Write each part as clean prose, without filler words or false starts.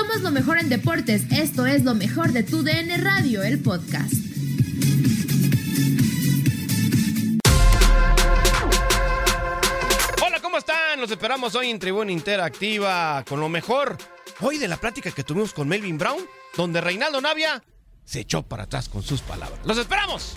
Somos lo mejor en deportes. Esto es lo mejor de tu DN Radio, el podcast. Hola, ¿cómo están? Los esperamos hoy en Tribuna Interactiva con lo mejor. Hoy de la plática que tuvimos con Melvin Brown, donde Reinaldo Navia se echó para atrás con sus palabras. ¡Los esperamos!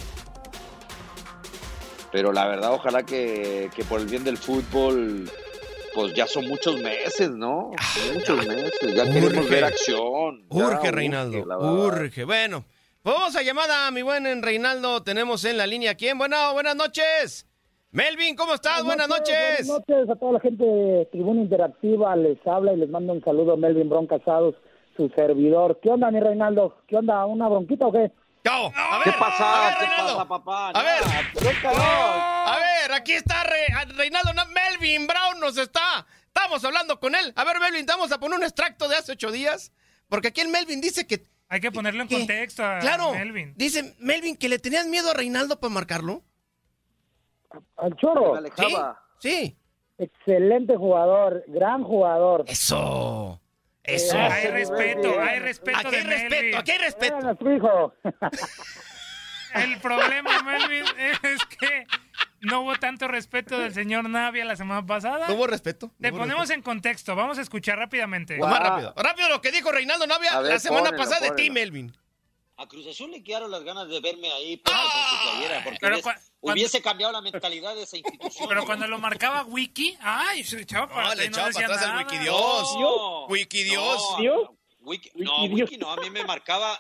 Pero la verdad, ojalá que por el bien del fútbol, pues ya son muchos meses, ¿no? Muchos meses, ya queremos ver acción. Urge, Reinaldo, urge. Bueno, pues vamos a llamada a mi buen Reinaldo. Tenemos en la línea, ¿quién? Bueno, buenas noches. Melvin, ¿cómo estás? Buenas noches. Buenas noches a toda la gente de Tribuna Interactiva. Les habla y les mando un saludo a Melvin Brown Casados, su servidor. ¿Qué onda, mi Reinaldo? ¿Qué onda? ¿Una bronquita o qué? No, ¿Qué pasa, papá? A ver, aquí está Reinaldo. Melvin Brown estamos hablando con él. A ver, Melvin, te vamos a poner un extracto de hace 8 días, porque aquí el Melvin dice que... Hay que ponerlo en contexto a Melvin. Dice Melvin que le tenías miedo a Reinaldo para marcarlo. Al Choro. Sí. Excelente jugador, gran jugador. Eso. Hay respeto Aquí hay respeto. A nuestro hijo. El problema, Melvin, es que no hubo tanto respeto del señor Navia la semana pasada. No hubo respeto. Te ponemos en contexto, vamos a escuchar rápidamente. Wow. Más rápido. Rápido lo que dijo Reinaldo Navia la semana pasada de ti, Melvin. A Cruz Azul le quedaron las ganas de verme ahí con su playera, porque hubiese cambiado la mentalidad de esa institución. Pero cuando lo marcaba Wiki, se echaba para atrás. Le echaba para atrás al Wikidios. Wiki no, a mí me marcaba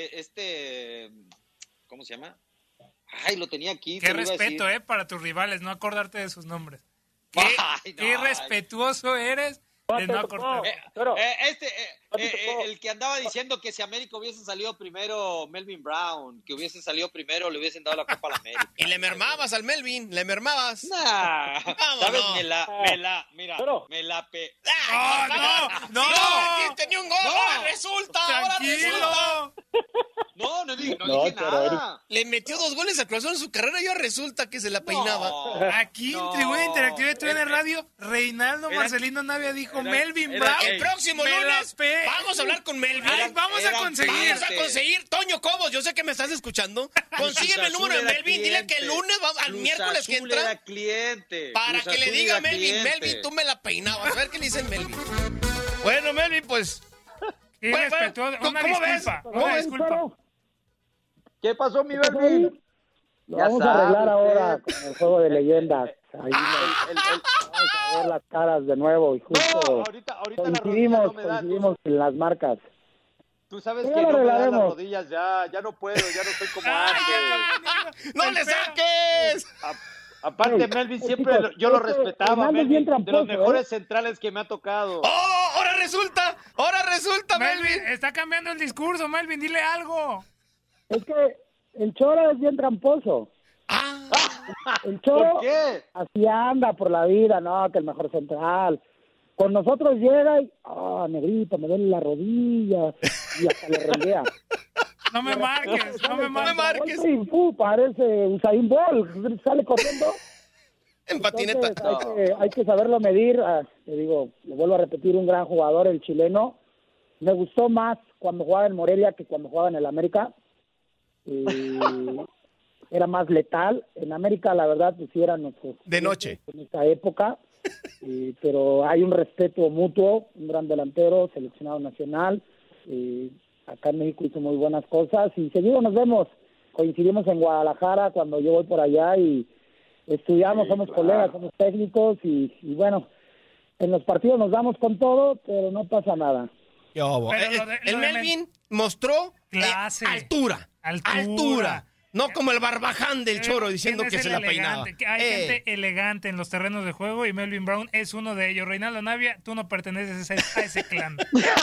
¿cómo se llama? Lo tenía aquí. Qué respeto, para tus rivales, no acordarte de sus nombres. Qué respetuoso eres. De no acordarte. El que andaba diciendo que si América hubiese salido primero, Melvin Brown, que hubiese salido primero, le hubiesen dado la Copa a la América. Y le mermabas al Melvin, le mermabas. Nah, ¿sabes? Me la No, tenía un gol, ahora resulta. No dije nada. Le metió 2 goles a Cruz Azul en su carrera y ahora resulta que se la peinaba. Aquí en Tribuna Interactiva de TUDN Radio, Reinaldo Marcelino Navia dijo Melvin Brown. El próximo lunes vamos a hablar con Melvin. Vamos a conseguir Toño Cobos, yo sé que me estás escuchando. Consígueme el número de Melvin, dile que el lunes, al miércoles que entra, para que le diga a Melvin, tú me la peinabas. A ver qué le dice Melvin. Bueno, Melvin, pues... Una disculpa. ¿Qué pasó, mi Melvin? Lo vamos a arreglar ahora con el juego de leyendas. Ahí vamos a ver las caras de nuevo y justo coincidimos en las marcas. Tú sabes que no me dan las rodillas ya no puedo, ya no soy como antes. ¡No le saques! Aparte, Melvin siempre yo lo respetaba, Melvin, de los mejores centrales que me ha tocado. ¡Oh! ¡Ahora resulta, Melvin! Está cambiando el discurso, Melvin, dile algo. Es que el Choro es bien tramposo. El Choro, ¿por qué? Así anda por la vida, no, que el mejor central. Con nosotros llega y, negrito, me duele la rodilla, y hasta le rendea. No me marques. Y, parece Usain Bolt, sale corriendo. En patineta. Hay que saberlo medir. Te digo, le vuelvo a repetir, un gran jugador, el chileno. Me gustó más cuando jugaba en Morelia que cuando jugaba en el América. Era más letal. En América, la verdad, pues sí eran nuestros... De noche. En esa época. Pero hay un respeto mutuo, un gran delantero, seleccionado nacional. Acá en México hizo muy buenas cosas. Y seguido nos vemos. Coincidimos en Guadalajara cuando yo voy por allá y estudiamos, somos colegas, somos técnicos y bueno, en los partidos nos damos con todo, pero no pasa nada. El Melvin mostró clase, altura. No como el barbaján del Choro diciendo que se la peinaba. Hay gente elegante en los terrenos de juego y Melvin Brown es uno de ellos. Reinaldo Navia, tú no perteneces a ese clan.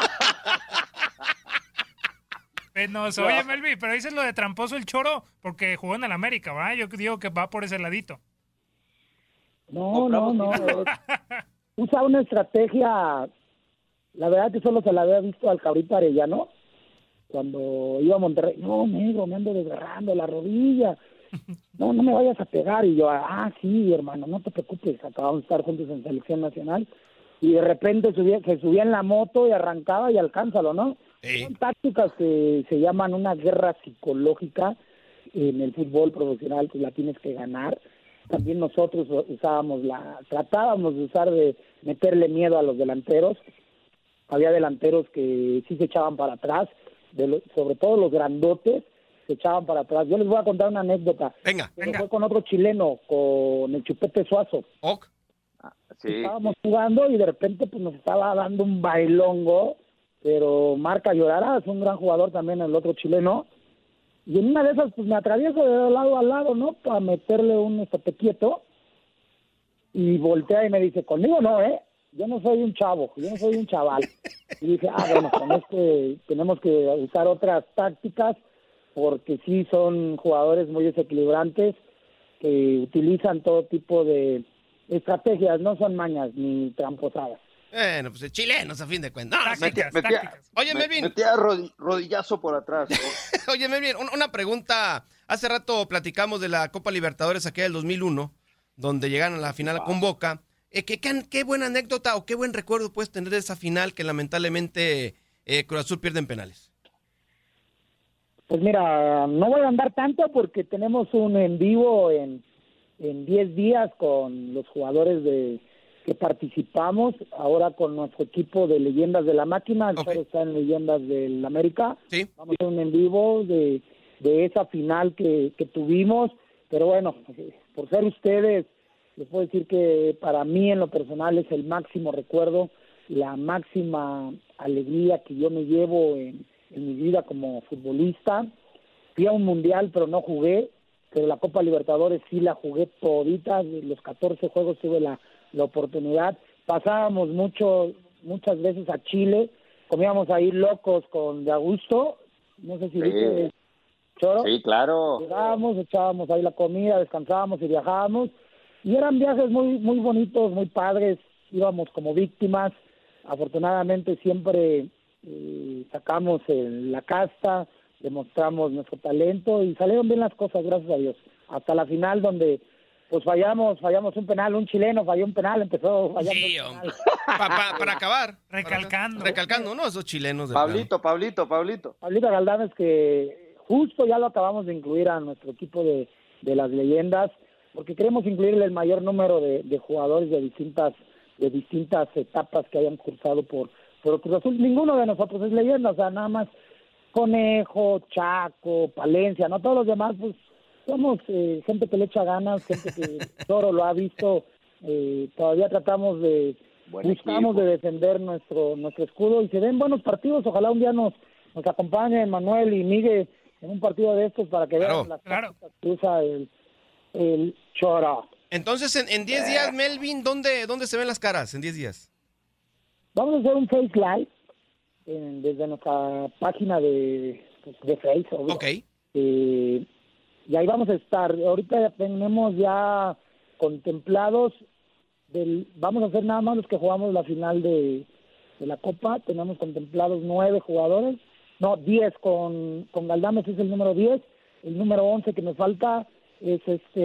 Penoso. Oye, Melvin, pero dices lo de tramposo el Choro porque jugó en el América, ¿va? Yo digo que va por ese ladito. No. Usa una estrategia, la verdad que solo se la había visto al Cabrito Arellano cuando iba a Monterrey. No, negro, me ando desgarrando la rodilla. No me vayas a pegar. Y yo, sí, hermano, no te preocupes, acabamos de estar juntos en selección nacional. y de repente se subía en la moto y arrancaba y alcánzalo, ¿no? Sí. Son tácticas que se llaman una guerra psicológica en el fútbol profesional, que la tienes que ganar. También nosotros tratábamos de usar de meterle miedo a los delanteros. Había delanteros que sí se echaban para atrás, sobre todo los grandotes se echaban para atrás. Yo les voy a contar una anécdota. Venga. Fue con otro chileno, con el Chupete Suazo. Sí. Estábamos jugando y de repente pues nos estaba dando un bailongo, pero Marca Llorará es un gran jugador también, el otro chileno. Y en una de esas, pues me atravieso de lado a lado, ¿no? Para meterle un estate quieto. Y voltea y me dice, conmigo no, ¿eh? Yo no soy un chavo, yo no soy un chaval. Y dije, bueno, con tenemos que usar otras tácticas, porque sí son jugadores muy desequilibrantes, que utilizan todo tipo de estrategias, no son mañas ni tramposadas. Bueno, pues chilenos a fin de cuentas. No, tácticas. Oye, Melvin. Metía rodillazo por atrás. Oye, Melvin, una pregunta. Hace rato platicamos de la Copa Libertadores aquella del 2001, donde llegaron a la final con Boca. ¿Qué buena anécdota o qué buen recuerdo puedes tener de esa final que lamentablemente Cruz Azul pierde en penales? Pues mira, no voy a andar tanto porque tenemos un en vivo en 10 días con los jugadores que participamos, ahora con nuestro equipo de Leyendas de la Máquina, el Choro está en Leyendas del América. Sí. Vamos a hacer un en vivo de esa final que tuvimos, pero bueno, por ser ustedes, les puedo decir que para mí en lo personal es el máximo recuerdo, la máxima alegría que yo me llevo en mi vida como futbolista. Fui a un mundial, pero no jugué, pero la Copa Libertadores sí la jugué todita, los 14 juegos tuve la oportunidad. Pasábamos muchas veces a Chile, comíamos ahí locos con De Augusto, no sé si viste, Choro. Sí, claro. Llegábamos, echábamos ahí la comida, descansábamos y viajábamos, y eran viajes muy, muy bonitos, muy padres, íbamos como víctimas, afortunadamente siempre sacamos la casta, demostramos nuestro talento y salieron bien las cosas, gracias a Dios, hasta la final donde pues fallamos un penal, un chileno falló un penal, empezó fallando sí, un penal. Para acabar. Recalcando, ¿no? Esos chilenos. Pablito Galdames, que justo ya lo acabamos de incluir a nuestro equipo de las leyendas, porque queremos incluirle el mayor número de jugadores de distintas etapas que hayan cursado por Cruz Azul. Ninguno de nosotros es leyenda, o sea, nada más Conejo, Chaco, Palencia, no todos los demás, pues somos gente que le echa ganas, gente que Toro lo ha visto, todavía buscamos de defender nuestro escudo y se ven buenos partidos, ojalá un día nos acompañen Manuel y Miguel en un partido de estos para que vean las cosas que usa el Choro. Entonces, en 10 días, Melvin, ¿dónde se ven las caras en 10 días? Vamos a hacer un Face Live desde nuestra página de Facebook. Ok. Y ahí vamos a estar. Ahorita ya tenemos ya contemplados, vamos a hacer nada más los que jugamos la final de la Copa. Tenemos contemplados 9 jugadores. No, 10 con Galdames es el número 10. El número 11 que nos falta es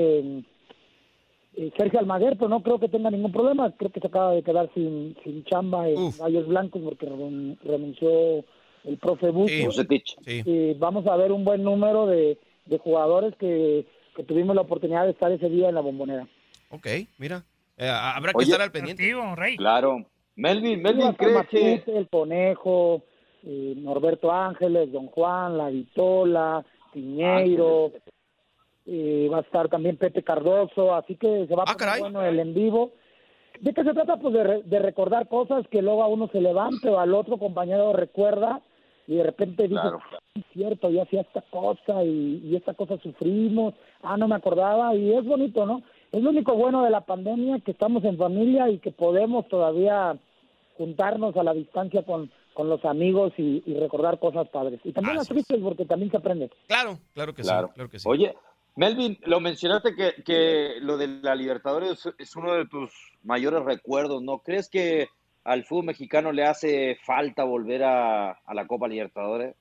Sergio Almaguer, pero no creo que tenga ningún problema. Creo que se acaba de quedar sin chamba en Gallos Blancos porque renunció el profe Busto. Sí. Vamos a ver un buen número de jugadores que tuvimos la oportunidad de estar ese día en la Bombonera. Ok, mira. Habrá que estar al pendiente. Rey. Claro. Melvin, ¿crees que...? El Conejo, Norberto Ángeles, Don Juan, La Vitola, Piñeiro... va a estar también Pepe Cardoso, así que se va a poner bueno el en vivo. ¿De qué se trata? Pues de recordar cosas que luego a uno se levante o al otro compañero recuerda y de repente dice, es cierto, yo hacía esta cosa y esta cosa sufrimos, no me acordaba, y es bonito, ¿no? Es lo único bueno de la pandemia, que estamos en familia y que podemos todavía juntarnos a la distancia con los amigos y recordar cosas padres. Y también las tristes, porque también se aprende. Claro que sí. Oye, Melvin, lo mencionaste que lo de la Libertadores es uno de tus mayores recuerdos, ¿no? ¿Crees que al fútbol mexicano le hace falta volver a la Copa Libertadores?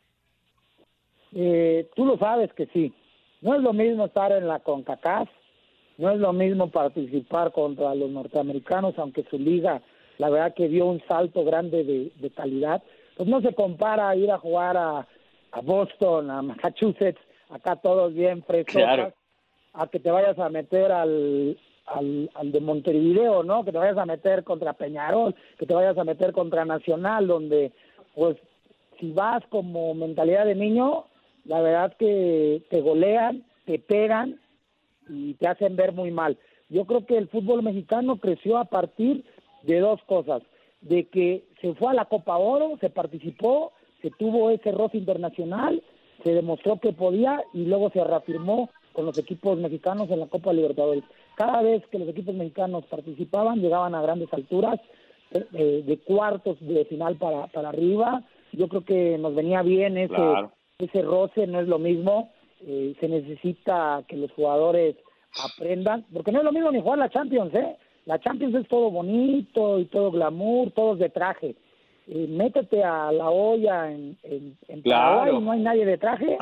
Tú lo sabes que sí. No es lo mismo estar en la CONCACAF, no es lo mismo participar contra los norteamericanos, aunque su liga la verdad que dio un salto grande de calidad. Pues no se compara ir a jugar a Boston, a Massachusetts, acá todos bien frescos, claro, a que te vayas a meter al de Montevideo, ¿no? Que te vayas a meter contra Peñarol, que te vayas a meter contra Nacional, donde, pues, si vas como mentalidad de niño, la verdad que te golean, te pegan y te hacen ver muy mal. Yo creo que el fútbol mexicano creció a partir de dos cosas, de que se fue a la Copa Oro, se participó, se tuvo ese roce internacional, se demostró que podía y luego se reafirmó con los equipos mexicanos en la Copa Libertadores. Cada vez que los equipos mexicanos participaban, llegaban a grandes alturas, de cuartos de final para arriba. Yo creo que nos venía bien ese roce, no es lo mismo. Se necesita que los jugadores aprendan, porque no es lo mismo ni jugar la Champions, La Champions es todo bonito y todo glamour, todos de traje. Métete a la olla en Paraguay y no hay nadie de traje.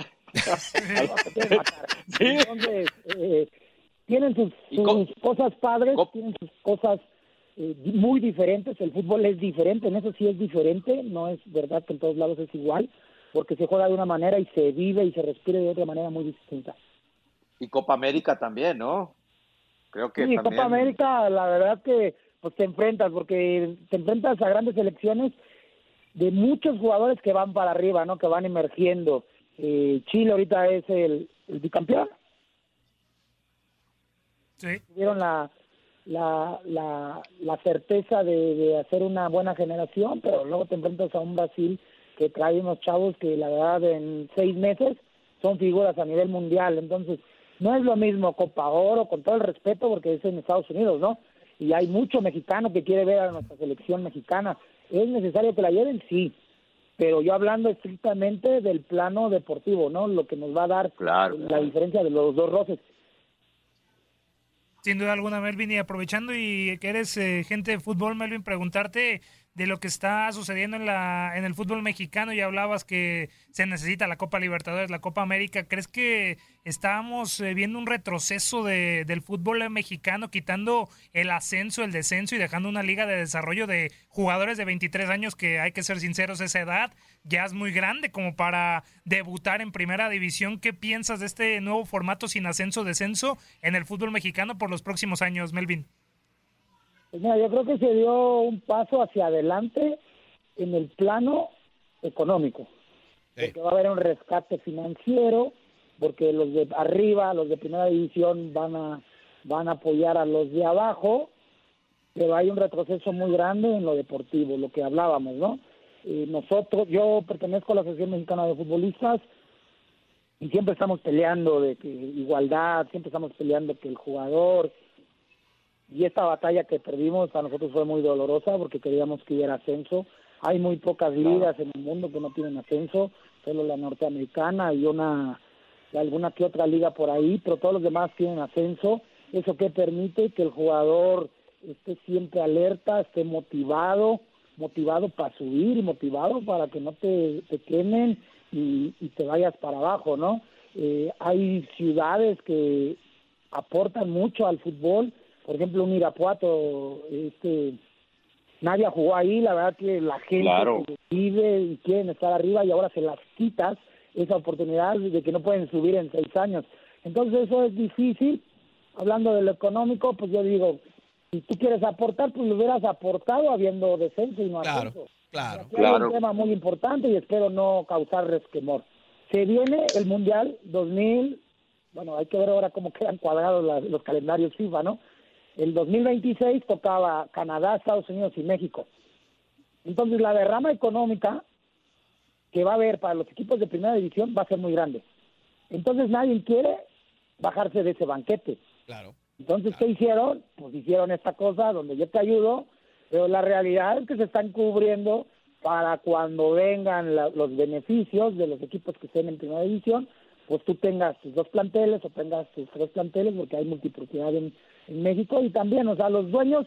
Entonces, tienen sus cosas padres, tienen sus cosas muy diferentes. El fútbol es diferente, en eso sí es diferente. No es verdad que en todos lados es igual, porque se juega de una manera y se vive y se respira de otra manera muy distinta. Y Copa América también, ¿no? Creo que sí, también... Copa América, la verdad que pues te enfrentas a grandes selecciones de muchos jugadores que van para arriba, ¿no? Que van emergiendo. Chile ahorita es el bicampeón. Sí. Tuvieron la certeza de hacer una buena generación, pero luego te enfrentas a un Brasil que trae unos chavos que la verdad en 6 meses son figuras a nivel mundial. Entonces no es lo mismo Copa Oro, con todo el respeto, porque es en Estados Unidos, ¿no? Y hay mucho mexicano que quiere ver a nuestra selección mexicana. ¿Es necesario que la lleven? Sí. Pero yo hablando estrictamente del plano deportivo, ¿no? Lo que nos va a dar la diferencia de los dos roces. Sin duda alguna, Melvin, y aprovechando y que eres gente de fútbol, Melvin, preguntarte de lo que está sucediendo en el fútbol mexicano. Ya hablabas que se necesita la Copa Libertadores, la Copa América. ¿Crees que estábamos viendo un retroceso del fútbol mexicano, quitando el ascenso, el descenso y dejando una liga de desarrollo de jugadores de 23 años que, hay que ser sinceros, esa edad ya es muy grande como para debutar en primera división? ¿Qué piensas de este nuevo formato sin ascenso-descenso en el fútbol mexicano por los próximos años, Melvin? Pues mira, yo creo que se dio un paso hacia adelante en el plano económico, porque va a haber un rescate financiero, porque los de arriba, los de primera división van a apoyar a los de abajo, pero hay un retroceso muy grande en lo deportivo, lo que hablábamos, ¿no? Yo pertenezco a la Asociación Mexicana de Futbolistas y siempre estamos peleando de que igualdad, siempre estamos peleando que el jugador... Y esta batalla que perdimos para nosotros fue muy dolorosa porque queríamos que hubiera ascenso. Hay muy pocas ligas en el mundo que no tienen ascenso, solo la norteamericana y alguna que otra liga por ahí, pero todos los demás tienen ascenso. Eso que permite que el jugador esté siempre alerta, esté motivado para subir y motivado para que no te quemen y te vayas para abajo, ¿no? Hay ciudades que aportan mucho al fútbol. Por ejemplo, un Irapuato, nadie jugó ahí, la verdad que la gente que vive y quieren estar arriba y ahora se las quitas esa oportunidad de que no pueden subir en 6 años. Entonces eso es difícil. Hablando de lo económico, pues yo digo, si tú quieres aportar, pues lo hubieras aportado habiendo descenso y no ascenso. Claro. Es un tema muy importante y espero no causar resquemor. Se viene el Mundial 2000, bueno, hay que ver ahora cómo quedan cuadrados los calendarios FIFA, ¿no? El 2026 tocaba Canadá, Estados Unidos y México. Entonces la derrama económica que va a haber para los equipos de primera división va a ser muy grande. Entonces nadie quiere bajarse de ese banquete. Claro. Entonces, ¿qué hicieron? Pues hicieron esta cosa donde yo te ayudo, pero la realidad es que se están cubriendo para cuando vengan los beneficios de los equipos que estén en primera división, pues tú tengas tus 2 planteles o tengas tus 3 planteles, porque hay multipropiedad en México. Y también, o sea, los dueños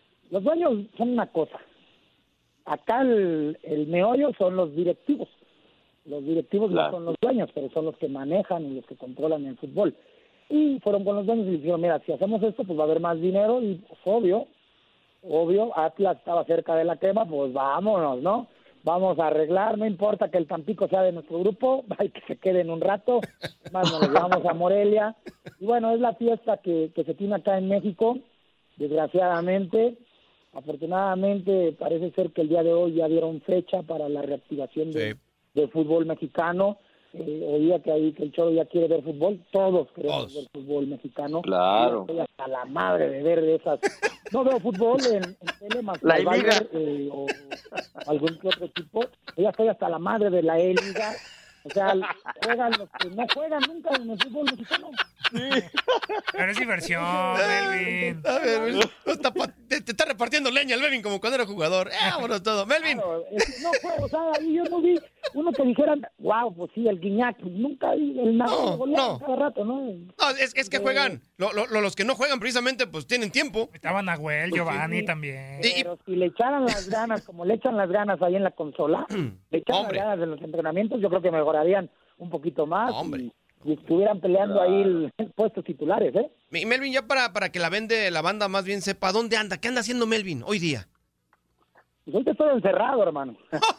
son una cosa. Acá el meollo son los directivos. Los directivos no son los dueños, pero son los que manejan y los que controlan el fútbol. Y fueron con los dueños y dijeron, mira, si hacemos esto, pues va a haber más dinero y, pues, obvio, obvio, Atlas estaba cerca de la quema, pues vámonos, ¿no? Vamos a arreglar, no importa que el Tampico sea de nuestro grupo, hay que se queden un rato, más nos llevamos a Morelia. Y bueno, es la fiesta que se tiene acá en México, desgraciadamente. Afortunadamente parece ser que el día de hoy ya dieron fecha para la reactivación del fútbol mexicano. Oía que ahí que el Cholo ya quiere ver fútbol, todos queremos ver fútbol mexicano. Claro. Estoy hasta la madre de ver de esas. No veo fútbol en tele más la Liga o algún que otro tipo. Yo ya estoy hasta la madre de la E-Liga. O sea, juegan los que no juegan nunca en el fútbol mexicano. Pero es diversión, Melvin. A ver, te está repartiendo leña el Melvin como cuando era jugador. Vámonos todo. Melvin. Claro, no fue, o sea, ahí yo no vi uno que dijeran, wow, pues sí, el Guiñac, pues nunca vi el no. cada rato, ¿no? No, es que juegan. Los que no juegan precisamente, pues tienen tiempo. Estaban Nahuel, Giovanni también. Pero si le echaran las ganas, como le echan las ganas ahí en la consola, le echan las ganas en los entrenamientos, yo creo que mejorarían un poquito más. Y estuvieran peleando ahí el puestos titulares, ¿eh? Y Melvin, ya para que la banda más bien sepa, ¿dónde anda? ¿Qué anda haciendo Melvin hoy día? Pues ahorita estoy encerrado, hermano.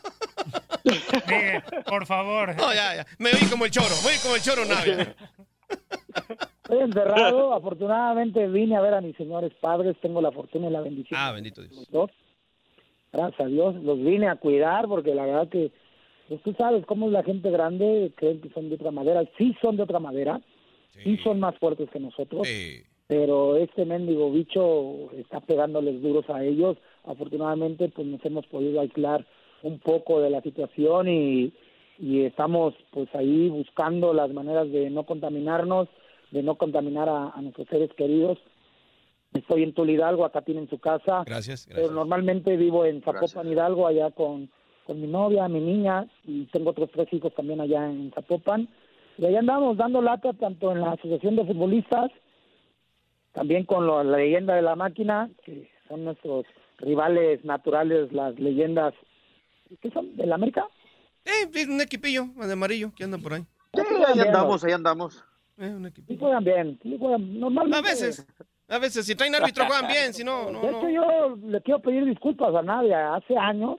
Por favor. No, ya. Me oí como el choro, Navia. Estoy encerrado. Afortunadamente vine a ver a mis señores padres. Tengo la fortuna y la bendición. Bendito Dios. Los dos. Gracias a Dios. Los vine a cuidar porque la verdad que pues tú sabes cómo es la gente grande, creen que son de otra madera. Sí son de otra madera. Sí son más fuertes que nosotros. Pero este mendigo bicho está pegándoles duros a ellos. Afortunadamente, pues nos hemos podido aislar un poco de la situación y estamos pues ahí buscando las maneras de no contaminarnos, de no contaminar a nuestros seres queridos. Estoy en Tula, Hidalgo, acá tienen su casa. Gracias. Pero normalmente vivo en Zapopan, Hidalgo, allá con mi novia, mi niña, y tengo otros 3 hijos también allá en Zapopan. Y allá andamos dando lata tanto en la Asociación de Futbolistas, también con la leyenda de la máquina, que son nuestros rivales naturales, las leyendas. ¿Qué son? ¿De la América? Un equipillo de amarillo que anda por ahí. Ahí andamos. Un equipillo. Sí juegan bien, normalmente. A veces, si traen árbitro juegan bien, si no. De hecho, yo le quiero pedir disculpas a Nadia. Hace años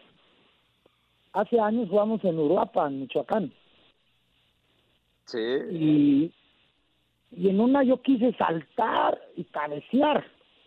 jugamos en Uruapan, Michoacán. Sí. Y en una yo quise saltar y cabecear.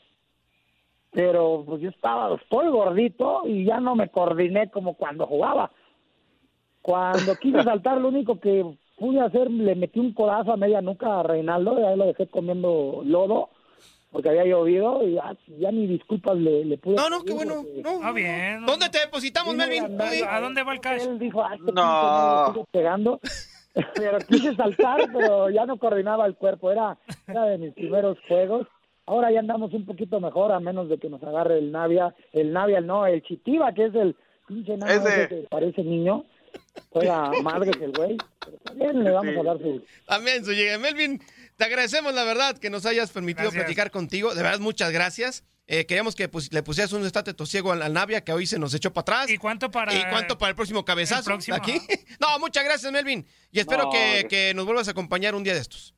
Pero pues estoy gordito y ya no me coordiné como cuando jugaba. Cuando quise saltar, lo único que pude hacer, le metí un codazo a media nuca a Reinaldo, y ahí lo dejé comiendo lodo, porque había llovido, y ya ni disculpas le pude... No, qué bueno. Bien. ¿Dónde te depositamos, Melvin? ¿A dónde va el cash? Él dijo, no. Sigue pegando. Pero quise saltar, pero ya no coordinaba el cuerpo. Era de mis primeros juegos. Ahora ya andamos un poquito mejor, a menos de que nos agarre el Navia, el Chitiba, que es el pinche Navia que parece niño. Juega madre que el güey. Pero también le vamos a dar su... También su llega. Melvin, te agradecemos la verdad que nos hayas permitido platicar contigo. De verdad, muchas gracias. Queríamos que le pusieras un estate tosiego al Navia, que hoy se nos echó para atrás. ¿Y cuánto para el próximo cabezazo? Aquí. No, muchas gracias, Melvin. Y espero que nos vuelvas a acompañar un día de estos.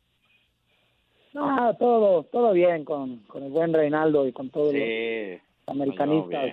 No, todo bien con el buen Reinaldo y con todos los americanistas.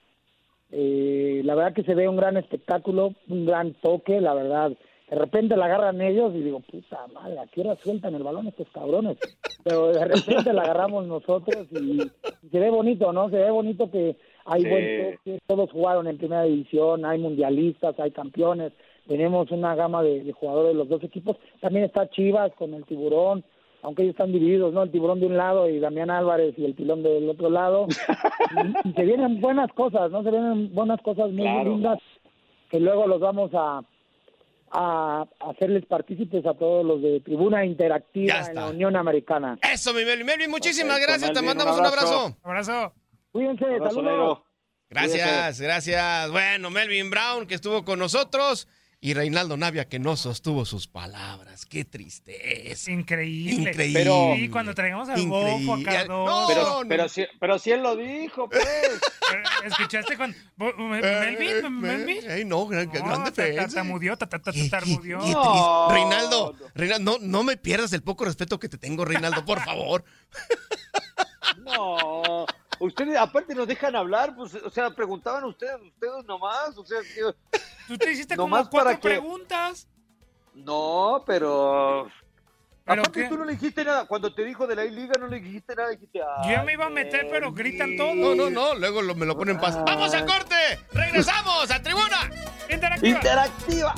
La verdad que se ve un gran espectáculo, un gran toque, la verdad. De repente la agarran ellos y digo, puta madre, ¿a qué hora sueltan el balón estos cabrones? Pero de repente la agarramos nosotros y se ve bonito, ¿no? Se ve bonito que hay buen toque, todos jugaron en primera división, hay mundialistas, hay campeones, tenemos una gama de jugadores de los dos equipos. También está Chivas con el Tiburón, aunque ellos están divididos, ¿no? El Tiburón de un lado y Damián Álvarez y el Pilón del otro lado. Y se vienen buenas cosas, ¿no? Se vienen buenas cosas muy lindas que luego los vamos a hacerles partícipes a todos los de Tribuna Interactiva en la Unión Americana. Eso, mi Melvin. Melvin, muchísimas gracias. Melvin, te mandamos un abrazo. Abrazo. Cuídense, saludos. Gracias. Bueno, Melvin Brown, que estuvo con nosotros. Y Reinaldo Navia, que no sostuvo sus palabras. ¡Qué tristeza! Increíble. Pero, sí, cuando traigamos al Bofo, a Cardoso. Pero si él lo dijo, pues. ¿Escuchaste con Melvin? Ay, no, gran defensa. Tartamudeó. Reinaldo, no me pierdas el poco respeto que te tengo, Reinaldo, por favor. No. Ustedes, aparte, nos dejan hablar, pues, o sea, preguntaban ustedes nomás, o sea, tú te hiciste como 4 preguntas. No, pero aparte qué? tú no le dijiste nada. Cuando te dijo de la I-Liga no le dijiste nada. Dijiste, yo ya me iba a meter, pero gritan todos. No. Luego me lo ponen en paz. ¡Vamos al corte! ¡Regresamos a Tribuna Interactiva!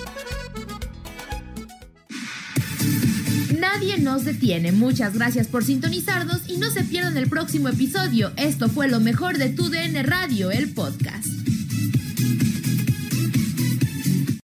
Nadie nos detiene. Muchas gracias por sintonizarnos y no se pierdan el próximo episodio. Esto fue lo mejor de Tu DN Radio, el podcast.